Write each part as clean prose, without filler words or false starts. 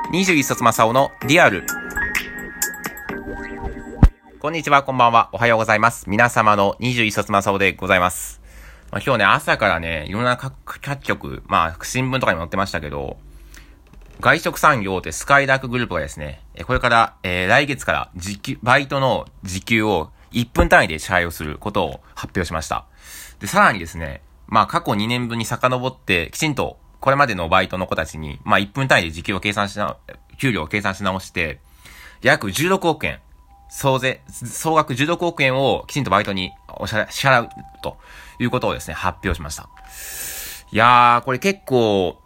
21冊正雄のリアル。こんにちは、こんばんは、おはようございます。皆様の21冊正雄でございます。今日ね、朝からね、いろんな各局、新聞とかにも載ってましたけど、外食産業でスカイラークグループがですね、これから、来月からバイトの時給を1分単位で支払いをすることを発表しました。で、さらにですね、過去2年分に遡って、きちんと、これまでのバイトの子たちに、1分単位で給料を計算し直して、約16億円、総額16億円をきちんとバイトに支払うということをですね、発表しました。いやー、これ結構、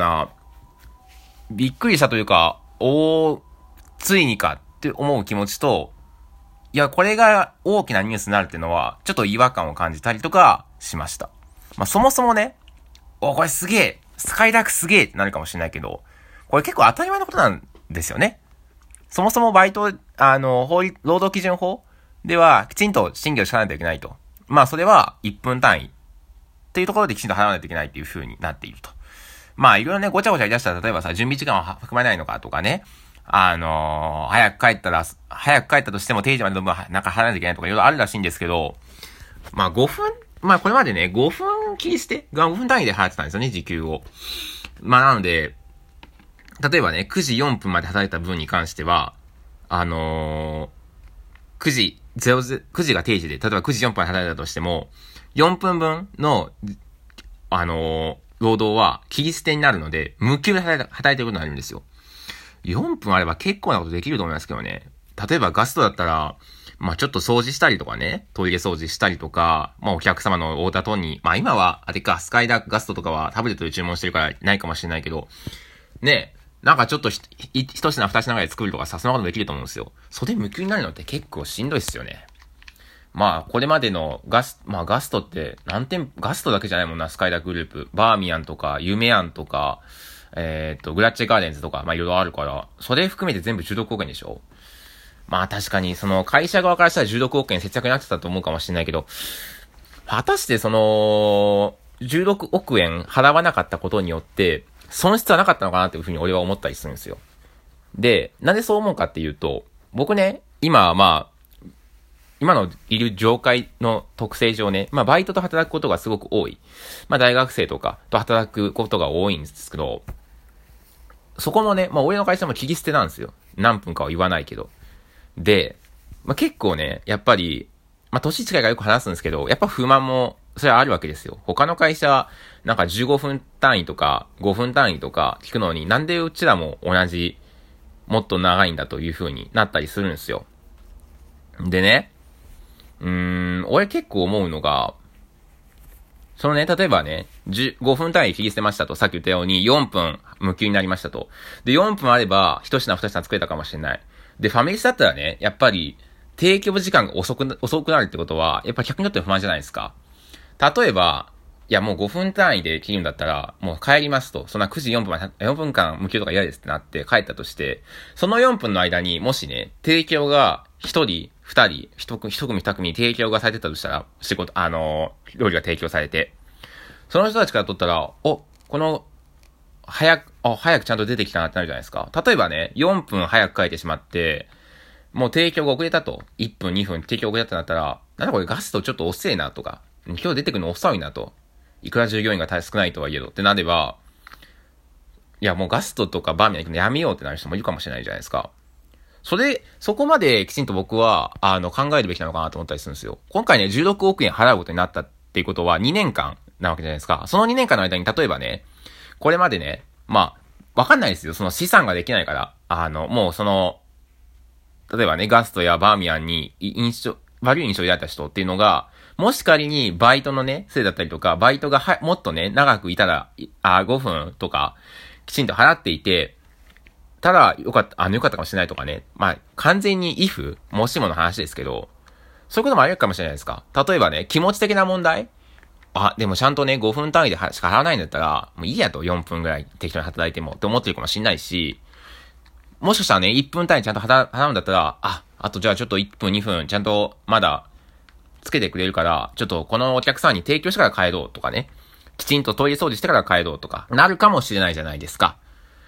びっくりしたというか、ついにかって思う気持ちと、いや、これが大きなニュースになるっていうのは、ちょっと違和感を感じたりとかしました。そもそもね、これすげえ、スカイラークすげえってなるかもしれないけど、これ結構当たり前のことなんですよね。そもそもバイト、労働基準法では、きちんと賃金を支払わないといけないと。それは1分単位っていうところできちんと払わないといけないっていう風になっていると。いろいろね、ごちゃごちゃ言い出したら、例えばさ、準備時間は含まれないのかとかね、早く帰ったとしても定時までの分は払わないといけないとかいろいろあるらしいんですけど、5分、これまでね、5分切り捨てが5分単位で払ってたんですよね、時給を。なので、例えばね、9時4分まで働いた分に関しては、9時が定時で、例えば9時4分働いたとしても、4分分の、労働は切り捨てになるので、無給で働いてることになるんですよ。4分あれば結構なことできると思いますけどね。例えばガストだったら、ちょっと掃除したりとかね、トイレ掃除したりとか、お客様のオーダー等に、今は、スカイラークガストとかはタブレットで注文してるからないかもしれないけど、ね、ちょっと一品二品ぐらい作るとかさ、そんなこともできると思うんですよ。それ無給になるのって結構しんどいっすよね。これまでのガストってガストだけじゃないもんな、スカイラークグループ。バーミヤンとか、ユメアンとか、グラッチェガーデンズとか、いろいろあるから、それ含めて全部16億円でしょ。確かに、その会社側からしたら16億円節約になってたと思うかもしれないけど、果たしてその、16億円払わなかったことによって、損失はなかったのかなっていうふうに俺は思ったりするんですよ。で、なんでそう思うかっていうと、僕ね、今のいる業界の特性上ね、バイトと働くことがすごく多い。大学生とかと働くことが多いんですけど、そこもね、俺の会社も切り捨てなんですよ。何分かは言わないけど。で、結構ね、やっぱり、年近いがよく話すんですけど、やっぱ不満も、それはあるわけですよ。他の会社、15分単位とか、5分単位とか聞くのに、なんでうちらも同じ、もっと長いんだという風になったりするんですよ。でね、俺結構思うのが、そのね、例えばね、5分単位切り捨てましたと、さっき言ったように4分無給になりましたと。で、4分あれば、一品二品作れたかもしれない。で、ファミレスだったらね、やっぱり、提供時間が遅くなるってことは、やっぱ客にとって不満じゃないですか。例えば、いやもう5分単位で切るんだったら、もう帰りますと。そんな9時4分間無給とか嫌ですってなって帰ったとして、その4分の間にもしね、提供が1人、2人、1組2組提供がされてたとしたら、料理が提供されて、その人たちからとったら、早くちゃんと出てきたなってなるじゃないですか。例えばね、4分早く書いてしまって、もう提供が遅れたと。1分、2分提供遅れたってなったら、なんだこれガストちょっと遅えなとか、今日出てくるの遅いなと。いくら従業員が少ないとはいえどってなれば、いやもうガストとかバーミヤン行くのやめようってなる人もいるかもしれないじゃないですか。そこまできちんと僕は、考えるべきなのかなと思ったりするんですよ。今回ね、16億円払うことになったっていうことは2年間なわけじゃないですか。その2年間の間に、例えばね、これまでね、わかんないですよ。その資産ができないから。もうその、例えばね、ガストやバーミヤンに悪い印象を抱いた人っていうのが、もし仮にバイトのね、せいだったりとか、バイトがもっとね、長くいたら、5分とか、きちんと払っていて、ただ、よかったかもしれないとかね。完全にもしもの話ですけど、そういうこともあるかもしれないですか。例えばね、気持ち的な問題？でもちゃんとね、5分単位でしか払わないんだったら、もういいやと、4分ぐらい適当に働いてもって思ってるかもしれないし、もしかしたらね、1分単位ちゃんと払うんだったら、あとじゃあちょっと1分2分ちゃんとまだつけてくれるから、ちょっとこのお客さんに提供してから帰ろうとかね、きちんとトイレ掃除してから帰ろうとか、なるかもしれないじゃないですか。そ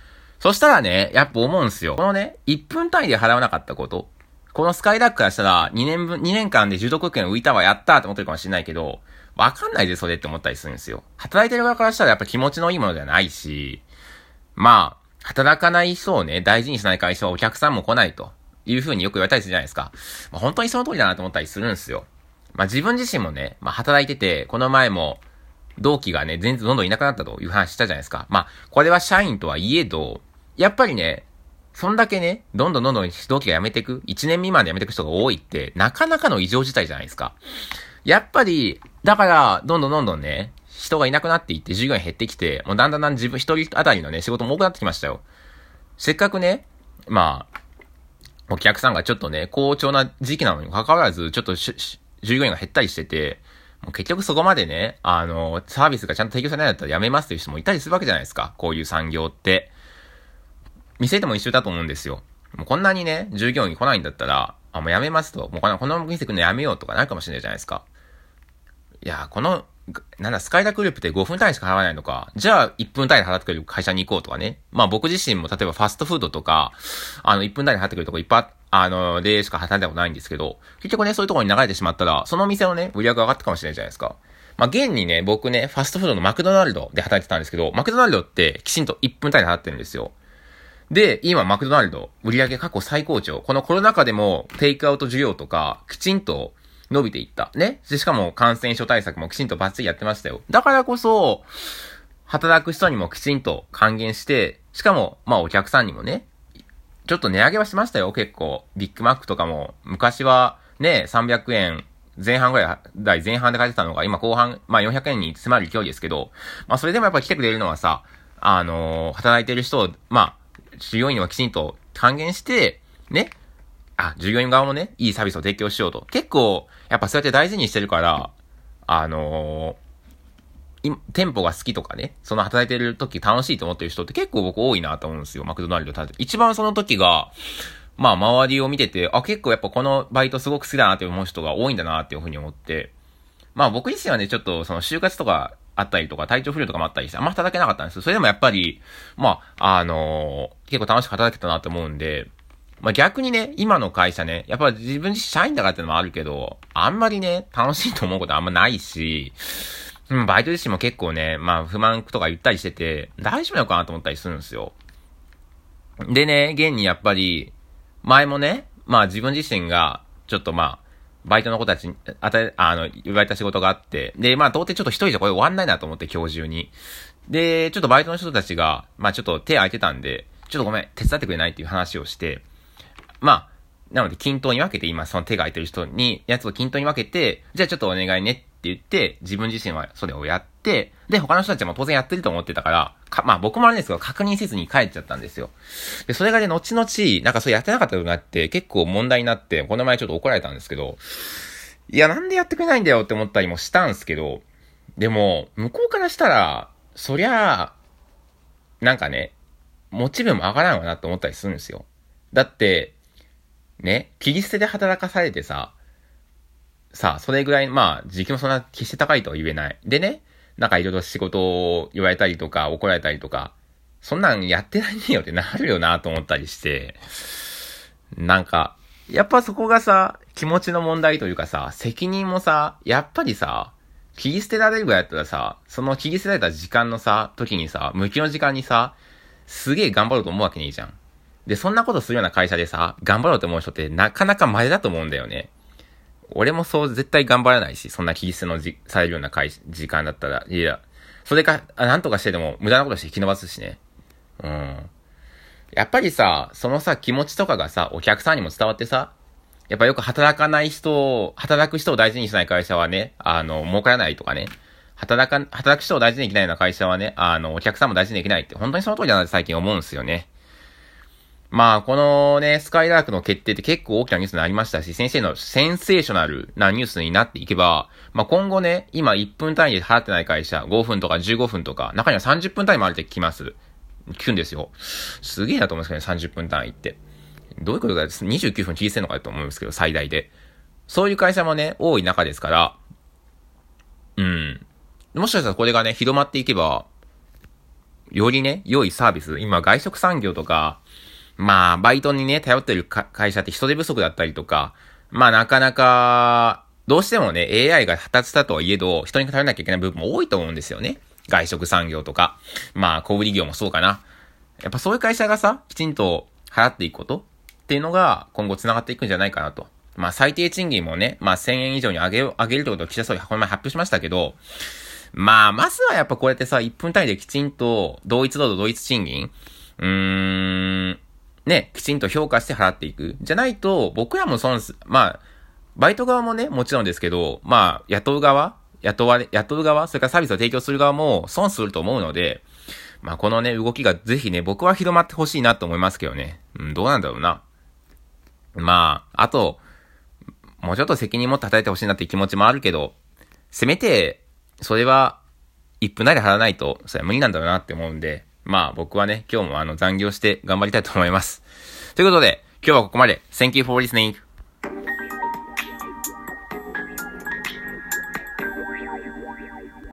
そしたらね、やっぱ思うんすよ。このね、1分単位で払わなかったこと。このスカイラックからしたら、2年間で10得点浮いたわ、やったーって思ってるかもしれないけど、わかんないでそれって思ったりするんですよ。働いてる側からしたらやっぱ気持ちのいいものではないし、まあ、働かない人をね、大事にしない会社はお客さんも来ないという風によく言われたりするじゃないですか。まあ、本当にその通りだなと思ったりするんですよ。まあ自分自身もね、まあ働いてて、この前も同期がね、全然どんどんいなくなったという話したじゃないですか。まあ、これは社員とはいえど、やっぱりね、そんだけね、どんどん同期が辞めていく、1年未満で辞めていく人が多いって、なかなかの異常事態じゃないですか。やっぱり、だから、どんどんね、人がいなくなっていって、従業員減ってきて、もうだんだん自分一人当たりのね、仕事も多くなってきましたよ。せっかくね、まあ、お客さんがちょっとね、好調な時期なのに関わらず、ちょっと従業員が減ったりしてて、もう結局そこまでね、サービスがちゃんと提供されないんだったら辞めますっていう人もいたりするわけじゃないですか。こういう産業って。店でも一緒だと思うんですよ。もうこんなにね、従業員来ないんだったら、もう辞めますと。もうこの店来るのやめようとかなるかもしれないじゃないですか。いや、スカイラグループって5分単位しか払わないのか。じゃあ、1分単位で払ってくれる会社に行こうとかね。まあ僕自身も例えばファストフードとか、1分単位で払ってくれるとこいっぱい、でしか働いたことないんですけど、結局ね、そういうところに流れてしまったら、その店のね、売り上げが上がったかもしれないじゃないですか。まあ現にね、僕ね、ファストフードのマクドナルドで働いてたんですけど、マクドナルドってきちんと1分単位で払ってるんですよ。で、今マクドナルド、売り上げ過去最高潮。このコロナ禍でもテイクアウト需要とか、きちんと伸びていった。ね。で、しかも感染症対策もきちんとバッチリやってましたよ。だからこそ、働く人にもきちんと還元して、しかも、まあお客さんにもね、ちょっと値上げはしましたよ、結構。ビッグマックとかも、昔はね、300円前半ぐらい、台前半で書いてたのが、今後半、まあ400円に迫る勢いですけど、まあそれでもやっぱり来てくれるのはさ、働いてる人を、まあ、従業員にはきちんと還元して、ね、従業員側もね、いいサービスを提供しようと。結構、やっぱそうやって大事にしてるから、店舗が好きとかね、その働いてる時楽しいと思ってる人って結構僕多いなと思うんですよ。マクドナルド一番その時が、まあ周りを見てて、結構やっぱこのバイトすごく好きだなって思う人が多いんだなっていうふうに思って、まあ僕自身はね、ちょっとその就活とかあったりとか、体調不良とかもあったりして、あんま働けなかったんですよ。それでもやっぱり、まあ、結構楽しく働けたなと思うんで、まあ逆にね、今の会社ね、やっぱ自分自身社員だからってのもあるけど、あんまりね、楽しいと思うことあんまないし、バイト自身も結構ね、まあ不満とか言ったりしてて、大丈夫なのかなと思ったりするんですよ。でね、現にやっぱり、前もね、まあ自分自身が、ちょっとまあ、バイトの子たちに、言われた仕事があって、で、まあ到底ちょっと一人じゃこれ終わんないなと思って、今日中に。で、ちょっとバイトの人たちが、まあちょっと手空いてたんで、ちょっとごめん、手伝ってくれないっていう話をして、まあ、なので均等に分けて、今その手が空いてる人に、やつを均等に分けて、じゃあちょっとお願いねって言って、自分自身はそれをやって、で、他の人たちも当然やってると思ってたから、まあ僕もあれですけど、確認せずに帰っちゃったんですよ。で、それがね、後々、なんかそれやってなかったとなって、結構問題になって、この前ちょっと怒られたんですけど、いや、なんでやってくれないんだよって思ったりもしたんですけど、でも、向こうからしたら、そりゃあ、なんかね、モチベも上がらんわなって思ったりするんですよ。だって、ね、切り捨てで働かされてさ、それぐらい、まあ、時給もそんな決して高いとは言えない。でね、なんかいろいろ仕事を言われたりとか、怒られたりとか、そんなんやってないねよってなるよなと思ったりして、なんか、やっぱそこがさ、気持ちの問題というかさ、責任もさ、やっぱりさ、切り捨てられるぐらいだったらさ、その切り捨てられた時間のさ、時にさ、無期の時間にさ、すげえ頑張ろうと思うわけねえじゃん。で、そんなことするような会社でさ、頑張ろうと思う人ってなかなか稀だと思うんだよね。俺もそう絶対頑張らないし、そんな切り捨てのされるような時間だったら、いや、それか、なんとかしてでも無駄なことして引き伸ばすしね。うん。やっぱりさ、そのさ、気持ちとかがさ、お客さんにも伝わってさ、やっぱよく働く人を大事にしない会社はね、儲からないとかね、働く人を大事にできないような会社はね、お客さんも大事にできないって、本当にその通りだなって最近思うんですよね。まあ、このね、スカイラークの決定って結構大きなニュースになりましたし、センセーショナルなニュースになっていけば、まあ今後ね、今1分単位で払ってない会社、5分とか15分とか、中には30分単位もあるって聞くんですよ。すげえなと思うんですけどね、30分単位って。どういうことか29分切り捨てるのかと思うんですけど、最大で。そういう会社もね、多い中ですから、もしかしたらこれがね、広まっていけば、 よりね、良いサービス、今外食産業とか、まあ、バイトにね、頼ってる会社って人手不足だったりとか、まあなかなか、どうしてもね、AI が発達したとはいえど、人に頼らなきゃいけない部分も多いと思うんですよね。外食産業とか、まあ小売業もそうかな。やっぱそういう会社がさ、きちんと払っていくことっていうのが今後繋がっていくんじゃないかなと。まあ最低賃金もね、まあ1000円以上に上げるってことを岸田総理この前発表しましたけど、まあまずはやっぱこうやってさ、1分単位できちんと同一労働同一賃金、ね、きちんと評価して払っていく。じゃないと、僕らもまあ、バイト側もね、もちろんですけど、まあ、雇う側、それからサービスを提供する側も損すると思うので、まあ、このね、動きがぜひね、僕は広まってほしいなと思いますけどね。どうなんだろうな。まあ、あと、もうちょっと責任持って働いてほしいなっていう気持ちもあるけど、せめて、それは、1分なり払わないと、それは無理なんだろうなって思うんで、まあ僕はね、今日も残業して頑張りたいと思います。ということで、今日はここまで。Thank you for listening.